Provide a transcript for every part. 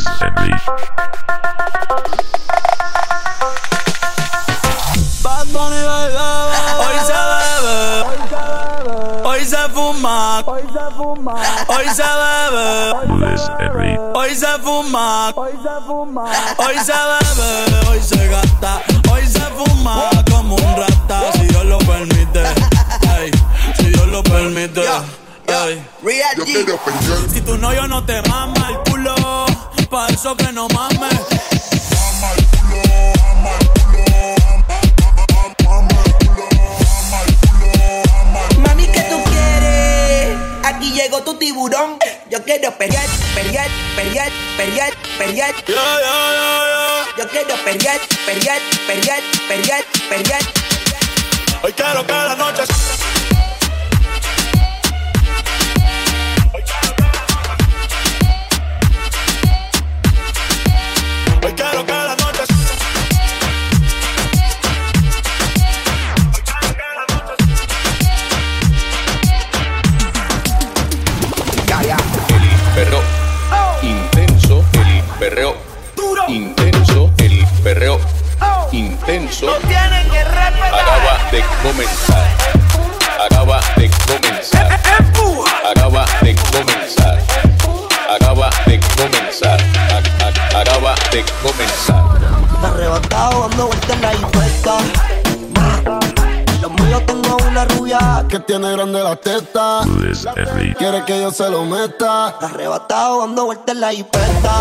Henry. Bad Bunny, baby. Hoy se bebe, hoy se fuma, hoy se bebe, Luis Henry. hoy se fuma, hoy se bebe, hoy se gasta, hoy se fuma como un rata, si Dios lo permite, ay, si Dios lo permite. Ay. Real G. Si tu novio no te mama el culo, pa' eso que no mames. Mami, ¿qué tú quieres? Aquí llegó tu tiburón. Yo quiero pelear, pelear, pelear, pelear, pelear. Yo quiero pelear, pelear, pelear, pelear, pelear. Hoy quiero que la noche Hoy quiero que la noche El perreo intenso, el perreo intenso, el perreo intenso. Tienen que respetar. Acaba de comenzar. Acaba de comenzar. Acaba de comenzar. Acaba de comenzar. Acaba de comenzar. Arrebatado dando vueltas en la impuesta. Lo mío tengo una rubia Que tiene grande la teta. Luis Henry. Quiere que yo se lo meta. arrebatado dando vueltas en la impuesta.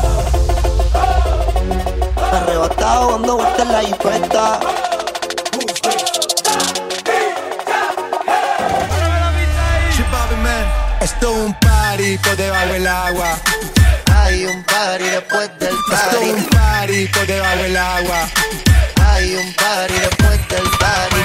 Arrebatado dando vueltas en la impuesta. Esto es un party por debajo del agua. Hay un party después del Esto es party. un party por debajo del agua. Hay un party después del party.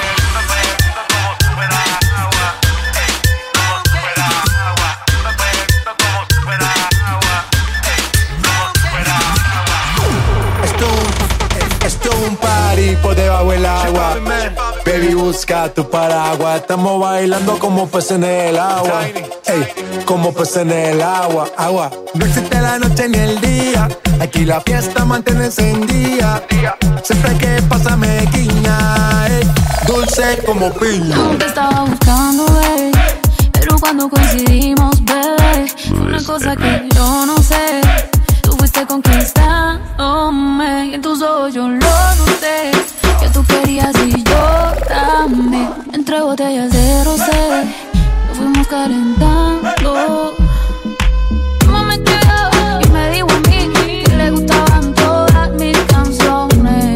Esto es un party por debajo del agua. Baby, busca tu paraguas. Estamos bailando como peces en el agua. Ey, como peces en el agua. Agua. No existe la noche ni el día. Aquí la fiesta mantiene encendida. Siempre que pasa me guiña. Ey, dulce como piña. No te estaba buscando, baby, pero cuando coincidimos, bebé, fue una cosa que yo no sé. Tú fuiste conquistándome y en tus ojos yo lo noté. Que tú querías y yo también. Entre botellas de rosé nos fuimos calentando. Tu mamá me escribió y me dijo a mí que le gustaban todas mis canciones.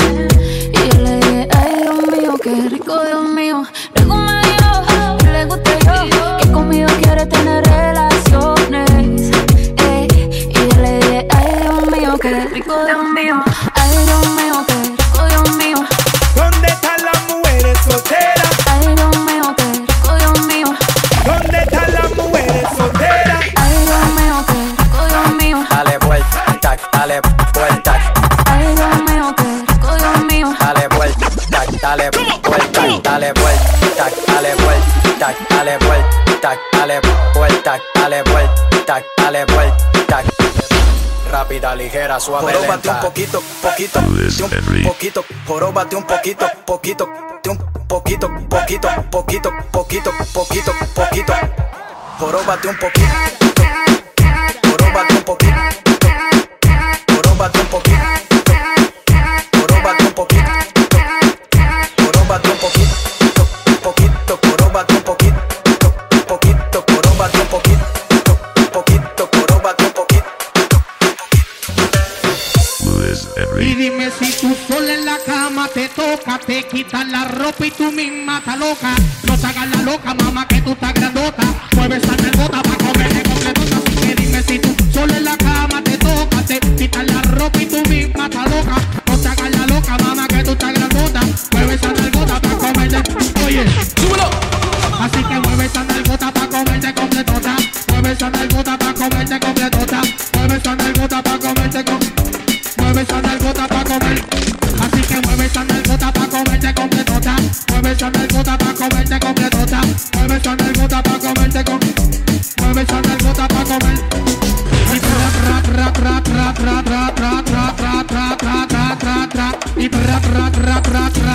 Y yo le dije, ay, Dios mío, qué rico, Dios mío. Luego me dijo que le guste yo, que conmigo quiere tener relaciones. Y yo le dije, ay, Dios mío, qué rico, Dios mío. Ay, Dios mío, qué rico, Dios mío. ¿Dónde están las mujeres solteras? Ay, Dios mío, qué rico, Dios mío. ¿Dónde están las mujeres solteras? Ay, Dios mío, qué rico, Dios mío. Dale vuelta, dale vuelta, Ay, Dios mío, qué rico, Dios mío. dale vuelta, dale vuelta, dale vuelta, dale vuelta, dale vuelta, dale vuelta, dale vuelta, dale vuelta. Rápida, ligera, suave, Joróbate un lenta. poquito, poquito, Luis un Henry. poquito, joróbate un poquito, poquito, un poquito, poquito, poquito, poquito, poquito, poquito, joróbate un poquito, joróbate un poquito, joróbate un poquito, joróbate un poquito, joróbate un poquito, poquito, joróbate un poquito, poquito, joróbate un poquito, poquito, joróbate un poquito. Luis Y Henry. dime si tú sola en la cama te toca, te quitas la ropa y tú misma estás loca. No te hagas la loca, mamá, que tú estás grandota. Mueves esa nalgota pa' comerte completota. Así que dime si tú sola en la cama te toca, te quitas la ropa y tú misma estás loca. No te hagas la loca, mamá, que tú estás grandota. Mueve esa nalgota pa' comerte. Oye, súbelo. Así que mueve esa nalgota pa' comerte completota. Mueve esa nalgota pa' comerte completota. Mueve esa nalgota pa' comerte mueve esa nalgota pa' comer. Así que mueve esa nalgota pa' comerte completota. Mueve esa nalgota pa' comerte completota. Mueve esa nalgota pa' comerte mueve esa nalgota pa' comer. Y rap, rap, rap, rap,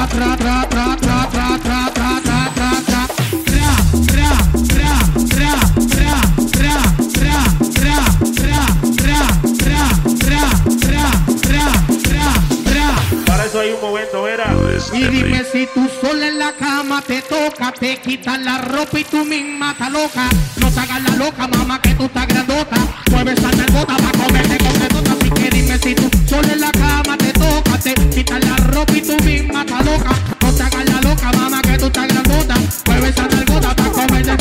Para eso hay un momento, verá. Y dime si tú sola en la cama te toca, te quitas la ropa y tú misma estás loca. No te hagas la loca, mamá, que tú estás grandota. Mueves esa nalgota pa' comerte completota. Así que dime si tú sola en la cama te toca, te quitas la ropa y tú misma estás loca. No te hagas la loca, mamá, que tú estás grandota. Mueves esa nalgota pa' comerte.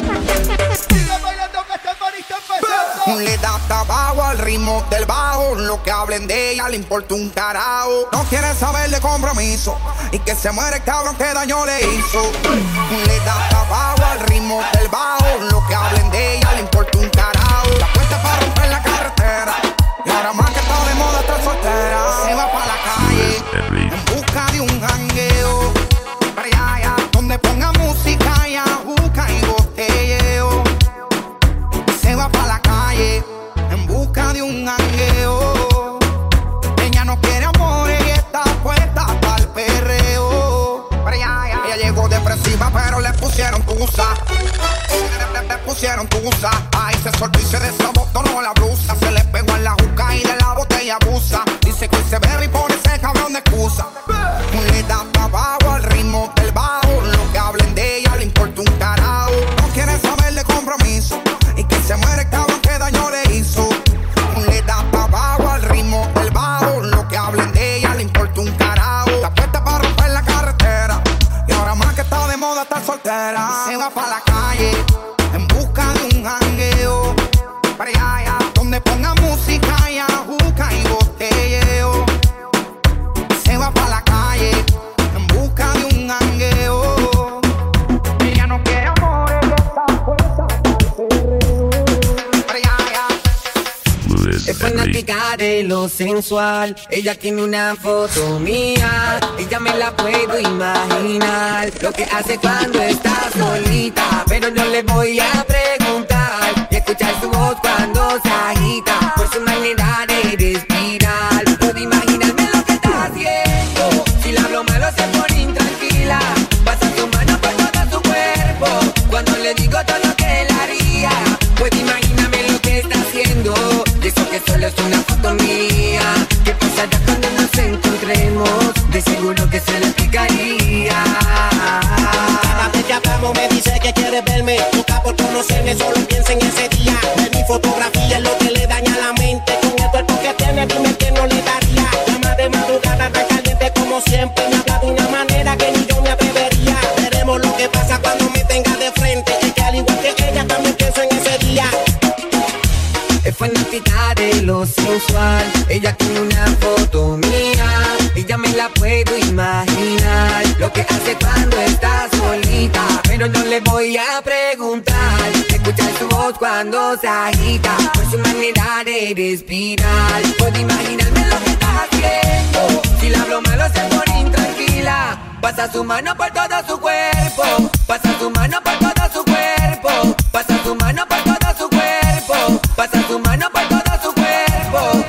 Le da tabaco al ritmo del bajo. Lo que hablen de ella le importa un carajo. No quiere saber de compromiso y que se muere el cabrón que daño le hizo. Le da tabaco al ritmo del bajo. Lo que hablen de ella le importa un carajo. La puesta para romper la carretera y ahora más que está de moda estar soltera. Se va para la calle en busca de un jangueo. Para allá, donde ponga música y ajuca y botelleo. Se va para la calle en busca de un jangueo. Ella no quiere amor y está puesta para el perreo. Ella llegó depresiva pero le pusieron tusa. Le pusieron tusa. Ahí se soltó y se desabotonó la blusa. Se le pegó en la juca y de la botella abusa. Dice que hoy se bebe y pone ese cabrón de excusa. Le da tabaco al ritmo del bajo. Lo que hablen de ella le importa un carajo. No quiere saber de compromiso y que se muere el cabrón que daño le hizo. Le da tabaco al ritmo del bajo. Lo que hablen de ella le importa un carajo. Está puesta para romper la carretera y ahora más que está de moda estar soltera. Se va para la calle en busca de un jangueo. Para allá, donde ponga música y ajuca y botelleo. Se va para la calle en busca de un jangueo. Ella no quiere amor, ella está puesta para allá. Es fanática de lo sensual. Ella tiene una foto mía. Ella me la puedo imaginar. Lo que hace cuando está solita. Pero no le voy a preguntar. Y escuchar su voz cuando se agita. Por su manera de respirar. Puedo imaginarme lo que está haciendo. Si le hablo malo se pone intranquila. Pasa su mano por todo su cuerpo. Cuando le digo todo lo que él haría. Puedo imaginarme lo que está haciendo. De eso que solo es una foto mía. ¿Qué pasará cuando nos encontremos? De seguro que se le explicaría. Cada vez que hablamos me dice que quiere verme. Nunca por conocerme, solo piensa en ese día. Ver mi fotografía es lo que le daña la mente. Con el cuerpo que tiene, dime que no le daría. Llama de madrugada tan caliente como siempre. Me habla de una manera que ni yo me atrevería. Veremos lo que pasa cuando me tenga de frente. Es que al igual que ella también pienso en ese día. Es fanática de lo sensual. Ella tiene una foto mía. Ella me la puedo imaginar. Lo que hace cuando está solita. Pero no le voy a preguntar. Escuchar su voz cuando se agita. Por su manera de respirar. Puedo imaginarme lo que está haciendo. Si le hablo malo se pone intranquila. Pasa su mano por todo su cuerpo. Pasa su mano por todo su cuerpo. Pasa su mano por todo su cuerpo. Pasa su mano por todo su cuerpo.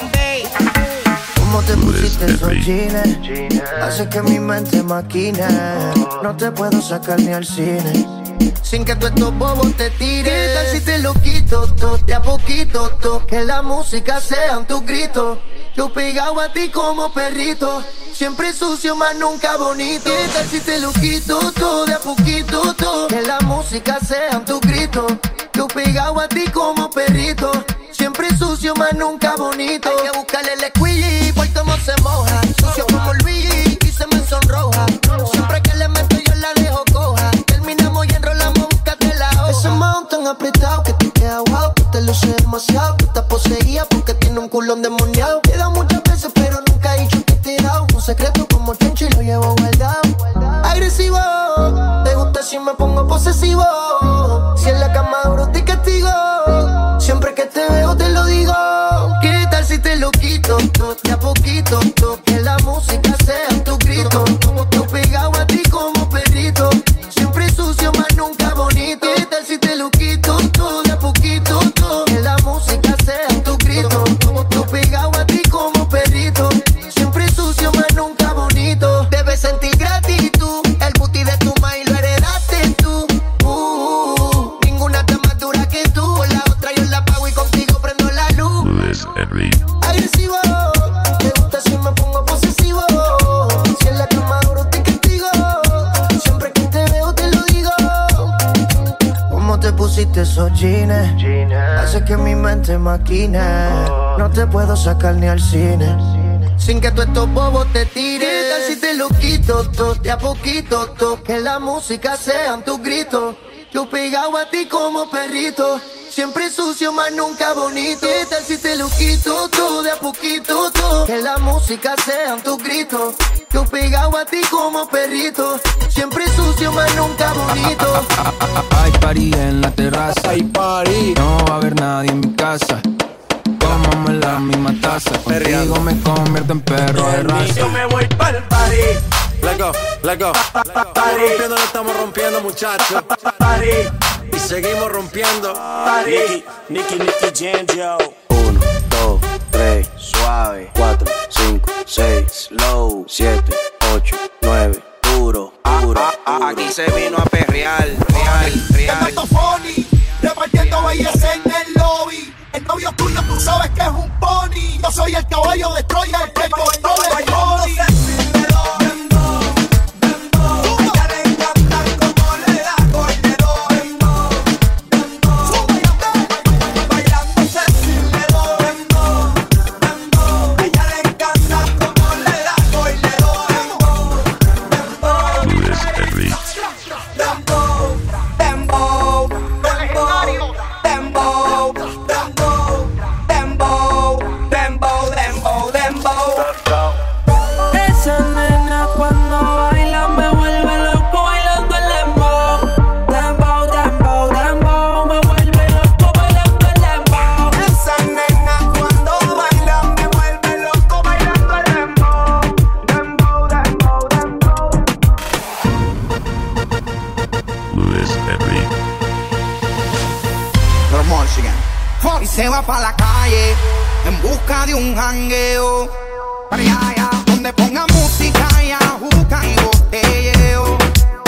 ¿Cómo te pusiste esos jeans? Hace que mi mente maquine. No te puedo sacar ni al cine sin que tú estos bobos te tires. ¿Qué tal si te lo quito todo, de a poquito todo? Que la música sea tu grito. Yo pegado a ti como perrito. Siempre sucio, más nunca bonito. ¿Qué tal si te lo quito todo, de a poquito todo? Que la música sea tu grito. Yo pegado a ti como perrito. Siempre sucio, más nunca bonito. Hay que buscarle el squeegee, por cómo se moja. Sucio como Luigi y se me sonroja. Siempre que le meto yo la dejo coja. Terminamos y enrolamos, búscate la hoja. Ese mount tan apretado que te queda guau. Que te luce demasiado, que estás poseída porque tiene un culón endemoniado. Te he dado muchas veces pero nunca he dicho que te he dado. Un secreto como Chencho y lo llevo guardado. Agresivo, te gusta si me pongo posesivo. Si en la cama duro te castigo. Siempre que te veo te lo digo. ¿Qué tal si te lo quito todo, de a poquito todo? Que la música sea tu grito. Yo pegado a ti como perrito. Siempre sucio, más nunca bonito. ¿Qué tal si te lo quito todo, de a poquito todo? Que la música sea tu grito. Yo pegado a ti agresivo. Te gusta si me pongo posesivo. Si en la cama duro te castigo. Siempre que te veo te lo digo. ¿Cómo te pusiste esos jeans? Hace que mi mente maquine. No te puedo sacar ni al cine sin que tú estos bobos te tires. ¿Qué tal si te lo quito todo, de a poquito todo? Que la música sean tus gritos. Yo pegado a ti como perrito. Siempre sucio, más nunca bonito. ¿Qué tal si te lo quito todo, de a poquito todo? Que la música sean tus gritos. Yo pegado a ti como perrito. Siempre sucio, más nunca bonito. Hay party en la terraza. Hay party. No va a haber nadie en mi casa. Tomamos la misma taza. Contigo me convierto en perro de raza. Yo me voy pa'l party. Let's go, let's go. Estamos rompiendo, no estamos rompiendo, muchachos. Y seguimos rompiendo. Nicky Jam. 1, 2, 3, suave. 4, 5, 6, slow. 7, 8, 9, duro, duro. Aquí se vino a perrear. Real. Repartiendo belleza en el lobby. El novio tuyo tú sabes que es un pony. Yo soy el caballo de Troya, el que controla el body. Y se va pa' la calle en busca de un jangueo. Para allá, donde ponga música y ajuca y botelleo.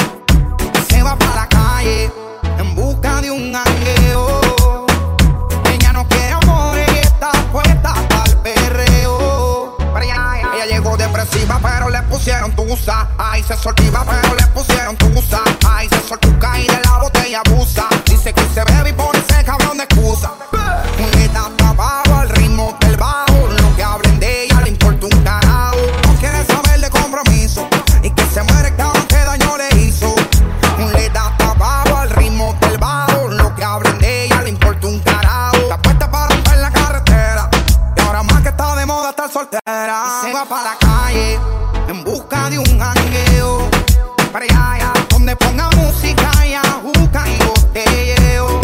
Se va pa' la calle en busca de un jangueo. Ella no quiere amor y está puesta pa'l perreo. Para allá, ella llegó depresiva pero le pusieron tusa. Ay, se soltiva pero le pusieron tusa. Ay, se soltuca y de la botella abusa. Dice que se bebe y pone ese cabrón de excusa. Muleta hasta abajo al ritmo del bajo. Lo que hablen de ella le importa un carajo. No quiere saber de compromiso y que se muere cabrón que daño le hizo. Muleta hasta abajo al ritmo del bajo. Lo que hablen de ella le importa un carajo. Está puesta para romper la carretera y ahora más que está de moda estar soltera. Y se va pa' la calle en busca de un jangueo. Para allá, donde ponga música y ajuca y botelleo.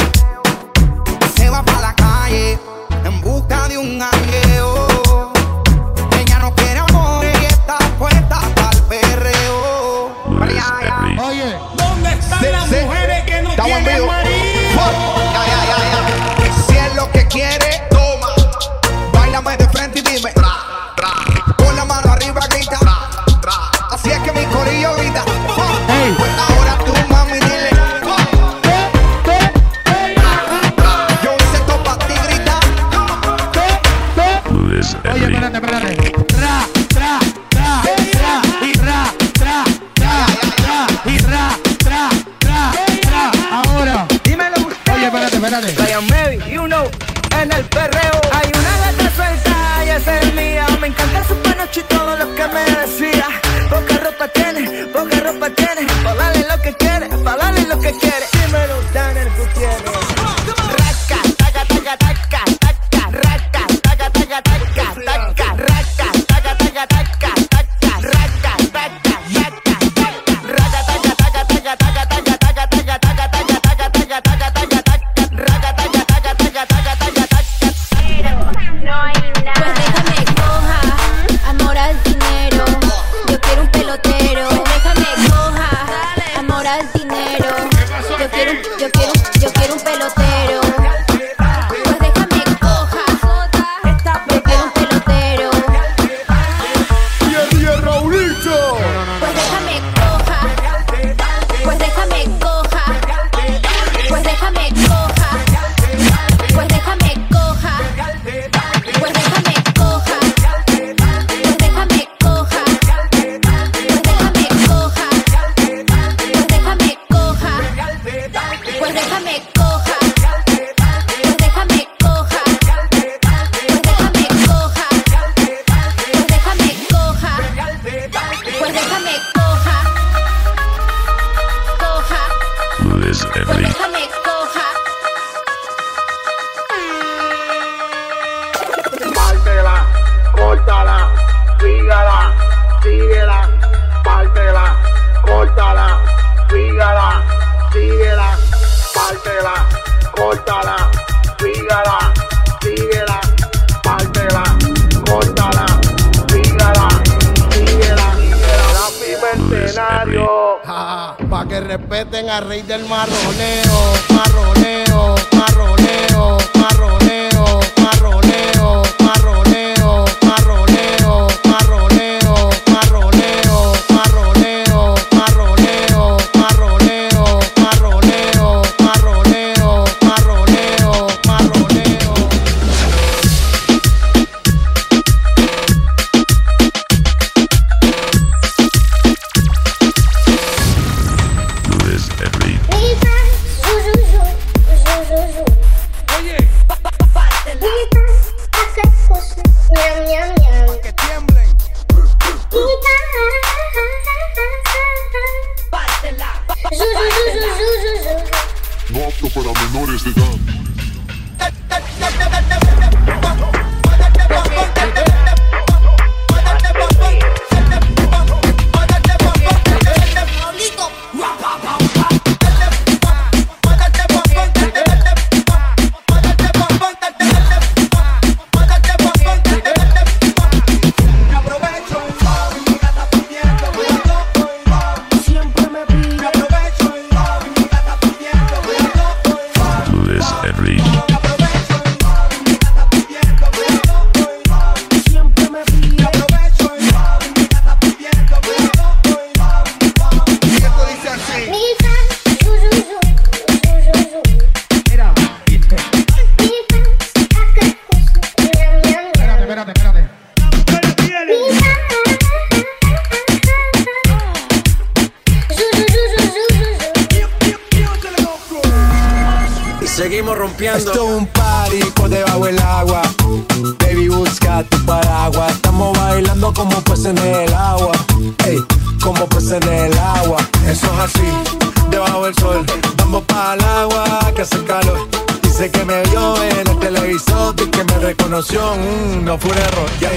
Se va pa' la calle en busca de un jangueo. Ella no quiere amor y está puesta pa'l perreo. Oye, ¿dónde están las mujeres que no tienen marido? Si es lo que quiere, toma. Báilame de frente y dime. Con la mano arriba grita. Así es que mi corillo grita. Pues ahora tú, mami, dile. Yo hice esto pa' ti, grita. Oye, espérate. Tra, tra, tra, tra, y tra, tra, tra, tra, y tra, tra, tra, tra. Ahora. Dímelo. Oye, espérate. Brian Mary, you know, en el perreo. Hay una gata suelta y esa es mía. Me encanta su panoche y todo lo que me decía. Poca ropa tiene, pa' darle lo que quiere, Dímelo, Daniel Gutiérrez. Raca, taca, taca, taca, taca, raca, taca, taca, taca, taca, raca. córtala, sígala, síguela, pártela, córtala, sígala, síguela, pártela, córtala, sígala, síguela, Pimentenario, pa' que respeten al rey del marroneo, marroneo, marroneo, marroneo, marroneo, marroneo, marroneo, marroneo, marroneo, marroneo, marroneo, marroneo, marroneo, marroneo, marroneo, marroneo. Luis Enrique. Que tiemblen. No apto para menores de edad. Luis Enrique. Seguimos rompiendo. Esto es un party por debajo del agua. Baby, busca tu paraguas. Estamos bailando como peces en el agua. Ey, como peces en el agua. Eso es así, debajo del sol. Vamos para el agua que hace calor. Dice que me vio en el televisor y que me reconoció. No fue un error, yeah.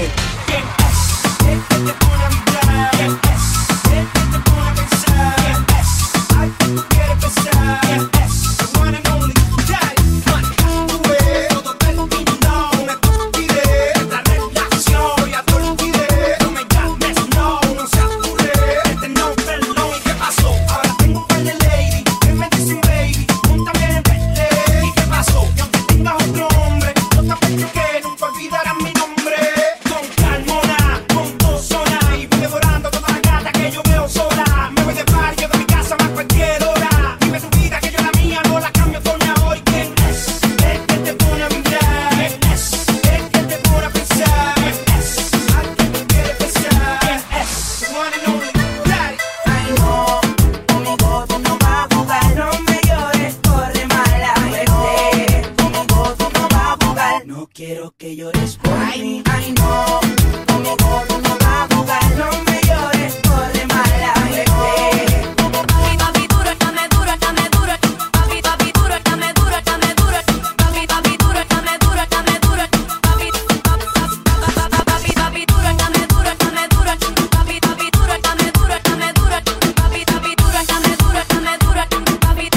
Quiero que llores por mí. Ay, no, conmigo tú no vas a jugar. No me llores, corre mala bebé. Papi, papi, duro, dame duro, dame duro. Papi, papi, duro, dame duro, dame duro. Papi, papi, duro, dame duro, dame duro. Papi, papi, papi, duro, dame duro, dame duro. Papi, papi, duro, dame duro, dame duro. Papi, papi, duro, dame duro, dame duro. Papi.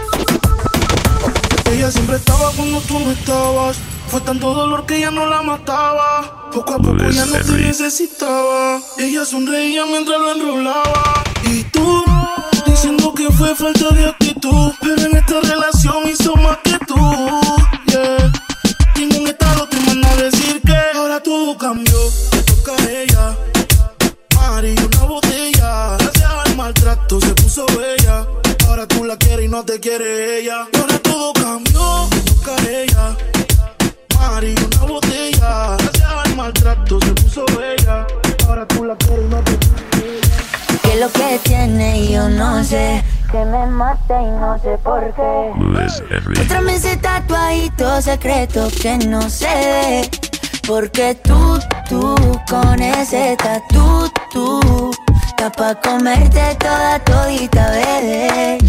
Ella siempre estaba cuando tú no estabas. Fue tanto dolor que ya no la mataba. Poco a poco ya no te necesitaba. Ella sonreía mientras lo enrolaba. Y tú, diciendo que fue falta de actitud. Pero en esta relación hizo más que tú, yeah. Y en un estado te manda a decir que ahora todo cambió. Te toca a ella, Mari, una botella. Gracias al maltrato se puso bella. Ahora tú la quieres y no te quiere ella. Y ahora todo cambió. Te toca a ella, Mari, una botella. Gracias al maltrato se puso bella. Ahora tú la quieres y no te quiere ella. ¿Qué es lo que tiene? Yo no sé. Que me mata y no sé por qué. Luis Enrique. Muéstrame ese tatuadito secreto que no se ve. Porque tú, con ese tatu, está pa' comerte toda todita, bebé.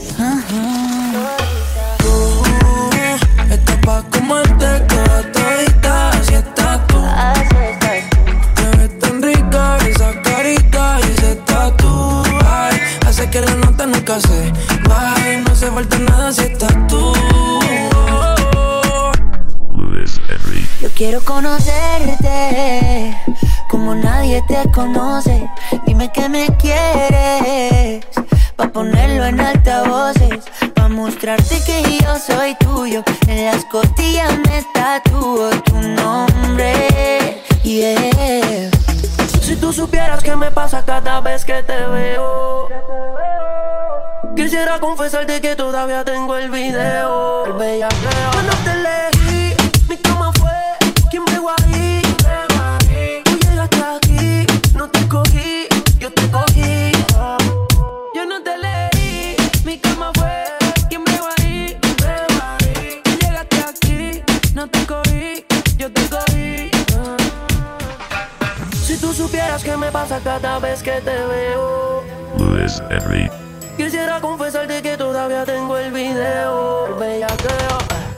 Está pa' comerte toda todita, así estás tú. Te ves tan rica esa carita y ese tatu, ay, hace nadie te conoce. Dime que me quieres, pa' ponerlo en altavoces, pa' mostrarte que yo soy tuyo. En las costillas me tatúo tu nombre, yeah. Si tú supieras qué me pasa cada vez que te veo, quisiera confesarte que todavía tengo el video. El bellaqueo. Cuando te elegí, mi cama fue quien me guarí. Tú llegaste aquí, no te cogí, yo te cogí. Yo no te elegí, mi cama fue quien me guarí. Tú llegaste aquí, no te cogí, yo te cogí. Si tú supieras qué me pasa cada vez que te veo, Luis Henry. quisiera confesarte que todavía tengo el video. El bellaqueo.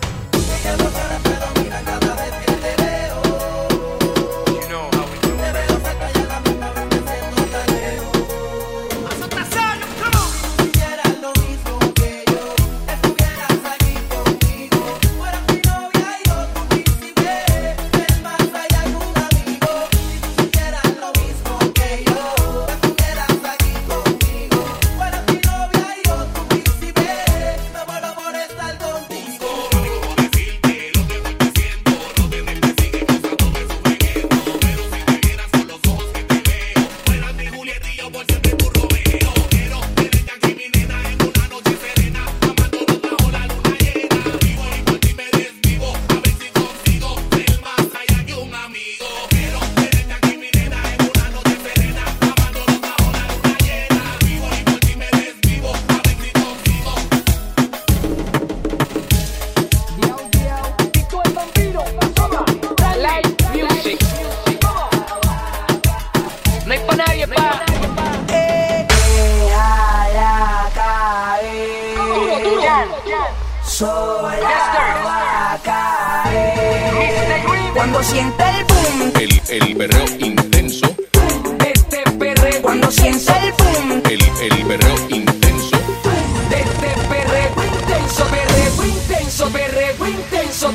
Cuando siente el boom, el berreo intenso. este perreo. Cuando siente el boom, El berreo intenso. este perreo intenso, perreo intenso, perreo intenso,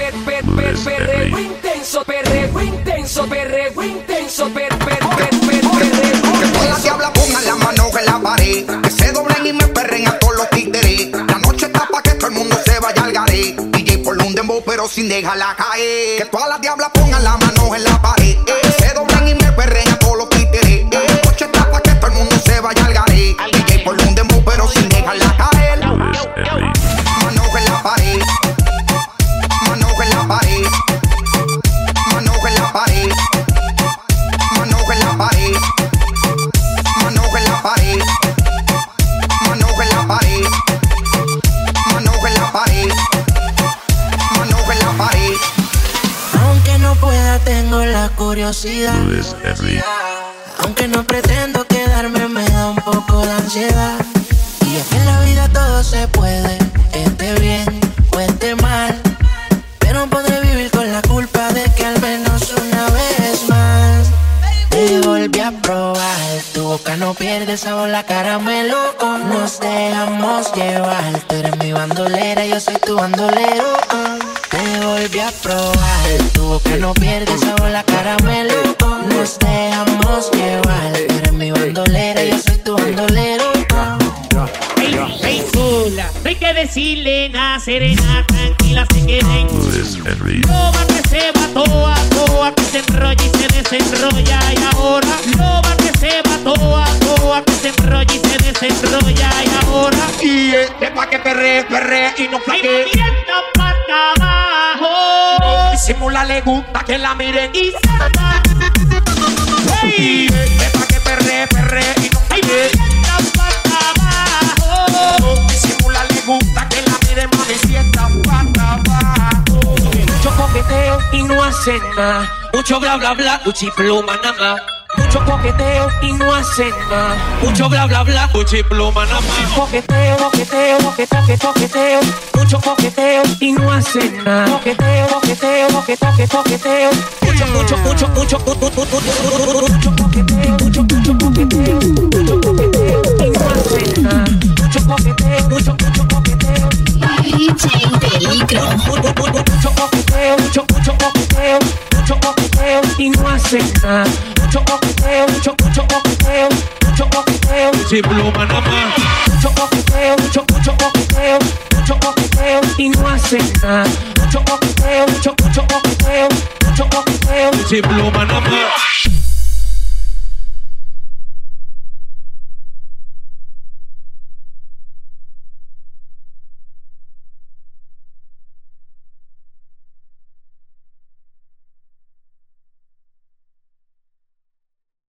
perreo intenso, perreo intenso, perreo intenso, Que todas las diablas pongan las manos en la pared, que se doblen y me perren a todos los títeres. La noche está pa' que todo el mundo se vaya al garé. DJ por un dembow pero sin dejarla caer. Que todas las diablas pongan las manos en la pared, que se doblen y me perren a todos los títeres. La noche está pa' que todo el mundo se vaya al garé. DJ por un dembow pero sin dejarla caer. Manos en la pared, manos en la pared, manos en la pared, manos en la pared, manos en la pared, manos en la pared, manos en la pared, manos en la pared. Aunque no pueda, tengo la curiosidad. Luis Henry. Aunque no pretendo quedarme, me da un poco de ansiedad. Y es que en la vida todo se puede, esté bien o esté mal. Pero podré vivir con la culpa de que al menos una vez más te volví a probar. Tu boca no pierde sabor, la caramelo. Nos dejamos llevar. Tú eres mi bandolera, yo soy tu bandolero. Te volví a probar. Tu boca no pierde sabor, la caramelo. Nos dejamos llevar. Tú eres mi bandolera, yo soy tu bandolero. Hey, sola, no hay que decirle nada, serena, tranquila, se queden. Luis Henry. Lo va que se va toa, que se enrolla y se desenrolla. Y ahora, lo va que se va toa, que se enrolla y se desenrolla. Y ahora, Y es pa' que perre y no y flaque. moviendo para abajo. Disimula, le gusta que la miren. Y salta. Y es pa' que perre y no Y flaque. moviendo para abajo. Disimula, le gusta que la miren, mami, si está pata abajo. Mucho coqueteo y no hacen nada. Mucho bla bla bla, cuchipluma nada más. Mucho coqueteo y no hacen nada. Mucho bla bla bla, cuchipluma nada más. Coqueteo, coqueteo, coqueteo. Mucho coqueteo y no hacen nada. Coqueteo, coqueteo. Mucho coqueteo, mucho coqueteo. Mucho coqueteo y no hacen nada. Mucho coqueteo, mucho coqueteo. DJ Peligro. Mucho coqueteo y no hacen nada. mucho coqueteo, mucho coqueteo, mucho coqueteo, sin pluma nada más. Mucho coqueteo, mucho coqueteo, mucho coqueteo y no hace nada. Mucho coqueteo, mucho coqueteo, mucho coqueteo, sin pluma nada más.